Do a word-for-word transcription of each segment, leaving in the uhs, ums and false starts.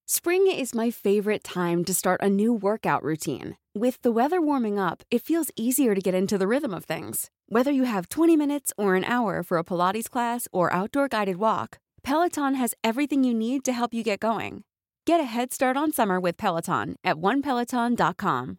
Spring is my favorite time to start a new workout routine. With the weather warming up, it feels easier to get into the rhythm of things. Whether you have twenty minutes or an hour for a Pilates class or outdoor guided walk, Peloton has everything you need to help you get going. Get a head start on summer with Peloton at one peloton dot com.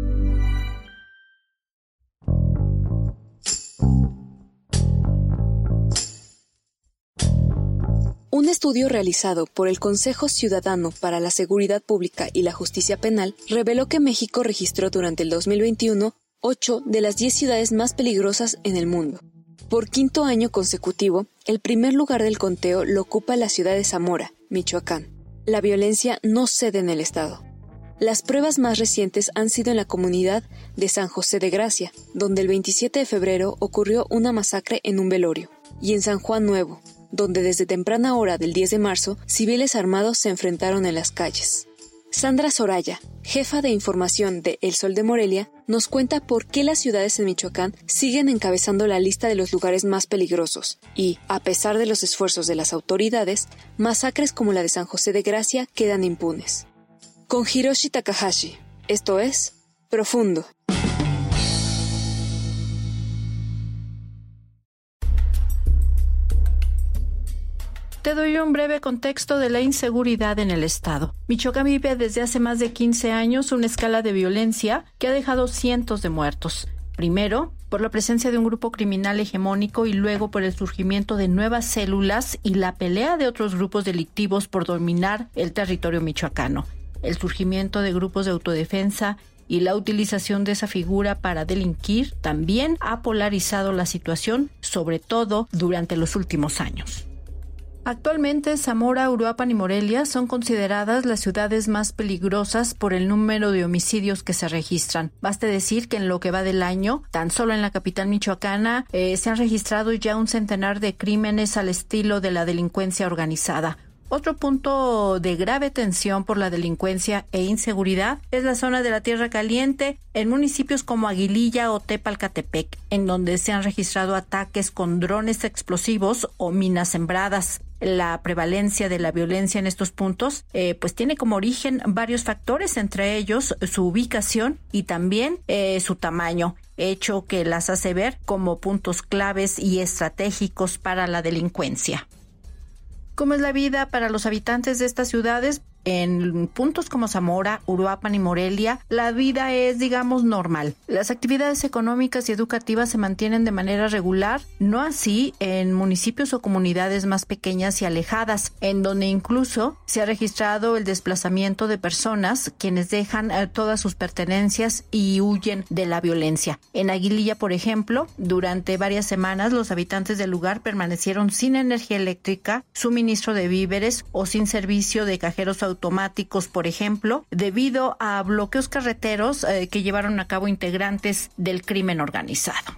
Un estudio realizado por el Consejo Ciudadano para la Seguridad Pública y la Justicia Penal reveló que México registró durante el dos mil veintiuno ocho de las diez ciudades más peligrosas en el mundo. Por quinto año consecutivo, el primer lugar del conteo lo ocupa la ciudad de Zamora, Michoacán. La violencia no cede en el estado. Las pruebas más recientes han sido en la comunidad de San José de Gracia, donde el veintisiete de febrero ocurrió una masacre en un velorio, y en San Juan Nuevo, donde desde temprana hora del diez de marzo, civiles armados se enfrentaron en las calles. Sandra Soraya, jefa de información de El Sol de Morelia, nos cuenta por qué las ciudades en Michoacán siguen encabezando la lista de los lugares más peligrosos y, a pesar de los esfuerzos de las autoridades, masacres como la de San José de Gracia quedan impunes. Con Hiroshi Takahashi, esto es Profundo. Te doy un breve contexto de la inseguridad en el estado. Michoacán vive desde hace más de quince años una escala de violencia que ha dejado cientos de muertos. Primero, por la presencia de un grupo criminal hegemónico y luego por el surgimiento de nuevas células y la pelea de otros grupos delictivos por dominar el territorio michoacano. El surgimiento de grupos de autodefensa y la utilización de esa figura para delinquir también ha polarizado la situación, sobre todo durante los últimos años. Actualmente, Zamora, Uruapan y Morelia son consideradas las ciudades más peligrosas por el número de homicidios que se registran. Baste decir que en lo que va del año, tan solo en la capital michoacana, eh, se han registrado ya un centenar de crímenes al estilo de la delincuencia organizada. Otro punto de grave tensión por la delincuencia e inseguridad es la zona de la Tierra Caliente en municipios como Aguililla o Tepalcatepec, en donde se han registrado ataques con drones explosivos o minas sembradas. La prevalencia de la violencia en estos puntos eh, pues tiene como origen varios factores, entre ellos su ubicación y también eh, su tamaño, hecho que las hace ver como puntos claves y estratégicos para la delincuencia. ¿Cómo es la vida para los habitantes de estas ciudades? En puntos como Zamora, Uruapan y Morelia, la vida es, digamos, normal. Las actividades económicas y educativas se mantienen de manera regular, no así en municipios o comunidades más pequeñas y alejadas, en donde incluso se ha registrado el desplazamiento de personas quienes dejan eh, todas sus pertenencias y huyen de la violencia. En Aguililla, por ejemplo, durante varias semanas los habitantes del lugar permanecieron sin energía eléctrica, suministro de víveres o sin servicio de cajeros automáticos automáticos, por ejemplo, debido a bloqueos carreteros eh, que llevaron a cabo integrantes del crimen organizado.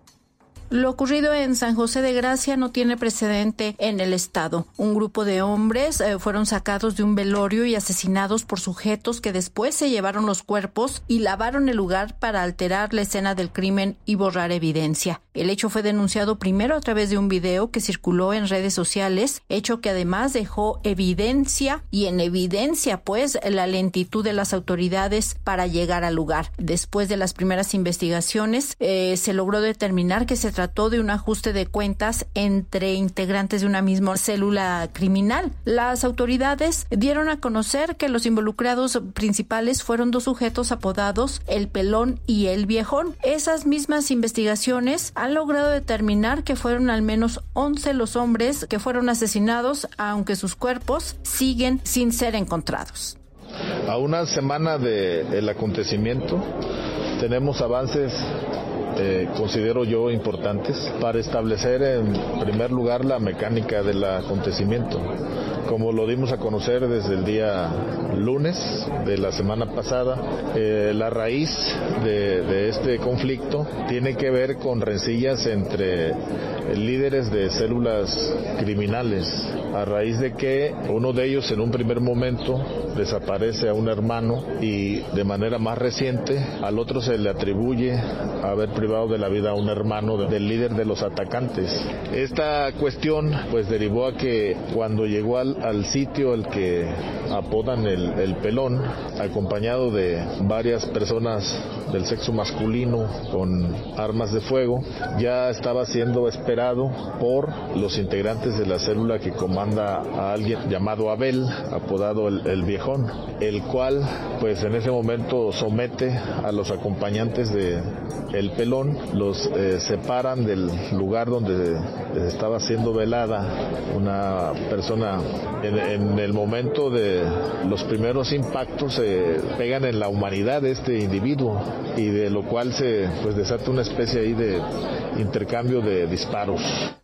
Lo ocurrido en San José de Gracia no tiene precedente en el estado. Un grupo de hombres eh, fueron sacados de un velorio y asesinados por sujetos que después se llevaron los cuerpos y lavaron el lugar para alterar la escena del crimen y borrar evidencia. El hecho fue denunciado primero a través de un video que circuló en redes sociales, hecho que además dejó evidencia y en evidencia pues la lentitud de las autoridades para llegar al lugar. Después de las primeras investigaciones eh, se logró determinar que se trató de un ajuste de cuentas entre integrantes de una misma célula criminal. Las autoridades dieron a conocer que los involucrados principales fueron dos sujetos apodados El Pelón y El Viejón. Esas mismas investigaciones han logrado determinar que fueron al menos once los hombres que fueron asesinados, aunque sus cuerpos siguen sin ser encontrados. A una semana del acontecimiento tenemos avances Eh, considero yo importantes para establecer en primer lugar la mecánica del acontecimiento. Como lo dimos a conocer desde el día lunes de la semana pasada, eh, la raíz de, de este conflicto tiene que ver con rencillas entre líderes de células criminales, a raíz de que uno de ellos en un primer momento desaparece a un hermano y de manera más reciente al otro se le atribuye haber privado de la vida a un hermano del líder de los atacantes. Esta cuestión pues derivó a que cuando llegó al, al sitio el que apodan el, el Pelón, acompañado de varias personas del sexo masculino con armas de fuego, ya estaba siendo esperado por los integrantes de la célula que comanda a alguien llamado Abel, apodado el, el Viejón, el cual pues en ese momento somete a los acompañantes de el Pelón, los eh, separan del lugar donde estaba siendo velada una persona. En, en el momento de los primeros impactos se eh, pegan en la humanidad de este individuo y de lo cual se pues desata una especie ahí de intercambio de disparos.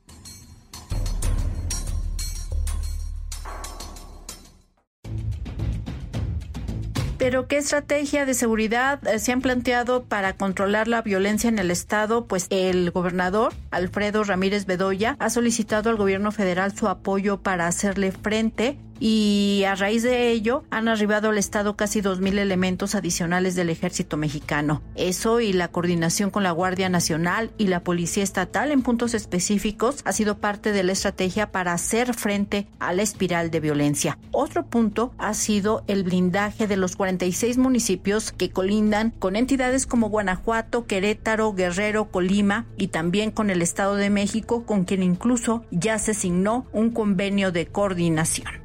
Pero ¿qué estrategia de seguridad se han planteado para controlar la violencia en el estado? Pues el gobernador Alfredo Ramírez Bedoya ha solicitado al gobierno federal su apoyo para hacerle frente, y a raíz de ello han arribado al estado casi dos mil elementos adicionales del ejército mexicano. Eso y la coordinación con la Guardia Nacional y la Policía Estatal en puntos específicos ha sido parte de la estrategia para hacer frente a la espiral de violencia. Otro punto ha sido el blindaje de los cuarenta y seis municipios que colindan con entidades como Guanajuato, Querétaro, Guerrero, Colima y también con el Estado de México, con quien incluso ya se signó un convenio de coordinación.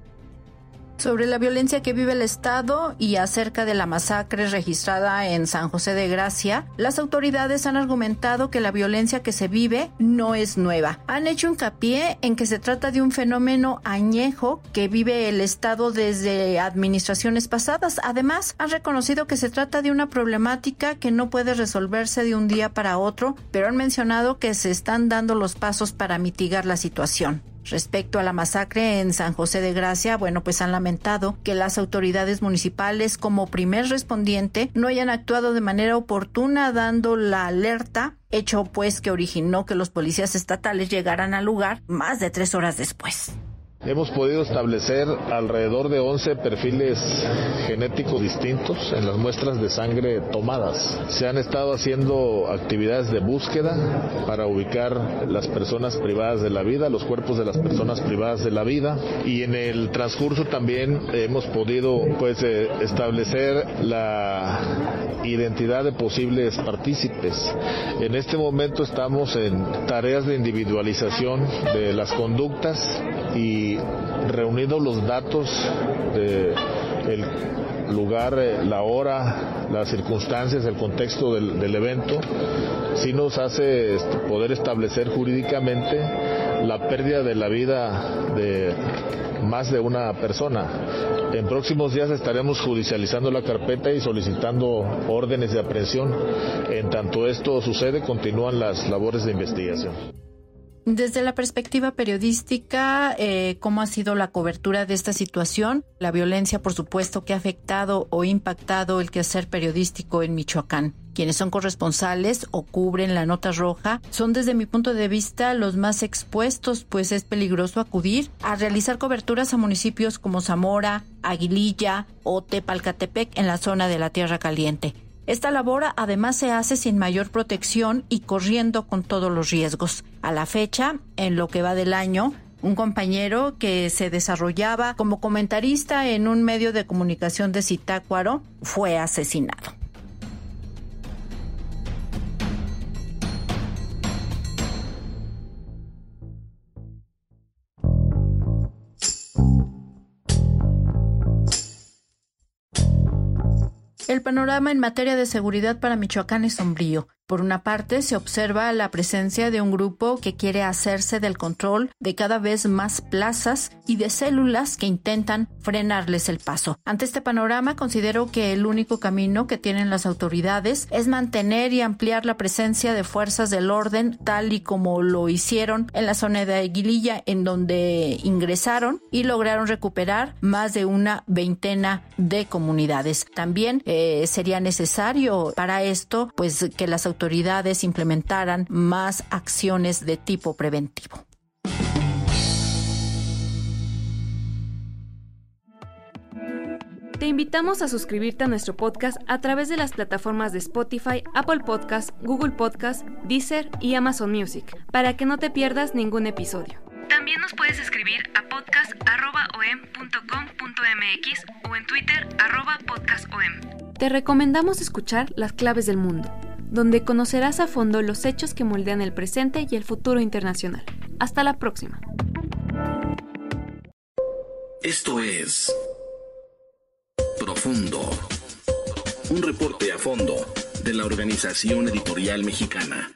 Sobre la violencia que vive el estado y acerca de la masacre registrada en San José de Gracia, las autoridades han argumentado que la violencia que se vive no es nueva. Han hecho hincapié en que se trata de un fenómeno añejo que vive el estado desde administraciones pasadas. Además, han reconocido que se trata de una problemática que no puede resolverse de un día para otro, pero han mencionado que se están dando los pasos para mitigar la situación. Respecto a la masacre en San José de Gracia, bueno, pues han lamentado que las autoridades municipales como primer respondiente no hayan actuado de manera oportuna dando la alerta, hecho pues que originó que los policías estatales llegaran al lugar más de tres horas después. Hemos podido establecer alrededor de once perfiles genéticos distintos en las muestras de sangre tomadas. Se han estado haciendo actividades de búsqueda para ubicar las personas privadas de la vida, los cuerpos de las personas privadas de la vida, y en el transcurso también hemos podido pues eh, establecer la identidad de posibles partícipes. En este momento estamos en tareas de individualización de las conductas y reunidos los datos de el lugar, la hora, las circunstancias, el contexto del, del evento, sí nos hace poder establecer jurídicamente la pérdida de la vida de más de una persona. En próximos días estaremos judicializando la carpeta y solicitando órdenes de aprehensión. En tanto esto sucede, continúan las labores de investigación. Desde la perspectiva periodística, eh, ¿cómo ha sido la cobertura de esta situación? La violencia, por supuesto, que ha afectado o impactado el quehacer periodístico en Michoacán. Quienes son corresponsales o cubren la nota roja son, desde mi punto de vista, los más expuestos, pues es peligroso acudir a realizar coberturas a municipios como Zamora, Aguililla o Tepalcatepec en la zona de la Tierra Caliente. Esta labor además se hace sin mayor protección y corriendo con todos los riesgos. A la fecha, en lo que va del año, un compañero que se desarrollaba como comentarista en un medio de comunicación de Zitácuaro fue asesinado. El panorama en materia de seguridad para Michoacán es sombrío. Por una parte, se observa la presencia de un grupo que quiere hacerse del control de cada vez más plazas y de células que intentan frenarles el paso. Ante este panorama, considero que el único camino que tienen las autoridades es mantener y ampliar la presencia de fuerzas del orden, tal y como lo hicieron en la zona de Aguililla, en donde ingresaron y lograron recuperar más de una veintena de comunidades. También eh, sería necesario para esto, pues, que las autoridades autoridades implementaran más acciones de tipo preventivo. Te invitamos a suscribirte a nuestro podcast a través de las plataformas de Spotify, Apple Podcasts, Google Podcasts, Deezer y Amazon Music, para que no te pierdas ningún episodio. También nos puedes escribir a podcast arroba o m punto com punto m x o en Twitter arroba podcastom. Te recomendamos escuchar Las Claves del Mundo, donde conocerás a fondo los hechos que moldean el presente y el futuro internacional. Hasta la próxima. Esto es Profundo, un reporte a fondo de la Organización Editorial Mexicana.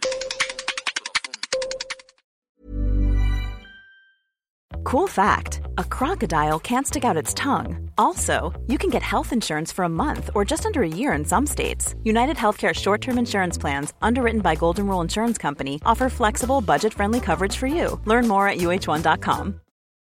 Cool fact, a crocodile can't stick out its tongue. Also, you can get health insurance for a month or just under a year in some states. United Healthcare short-term insurance plans, underwritten by Golden Rule Insurance Company, offer flexible, budget-friendly coverage for you. Learn more at U H one dot com.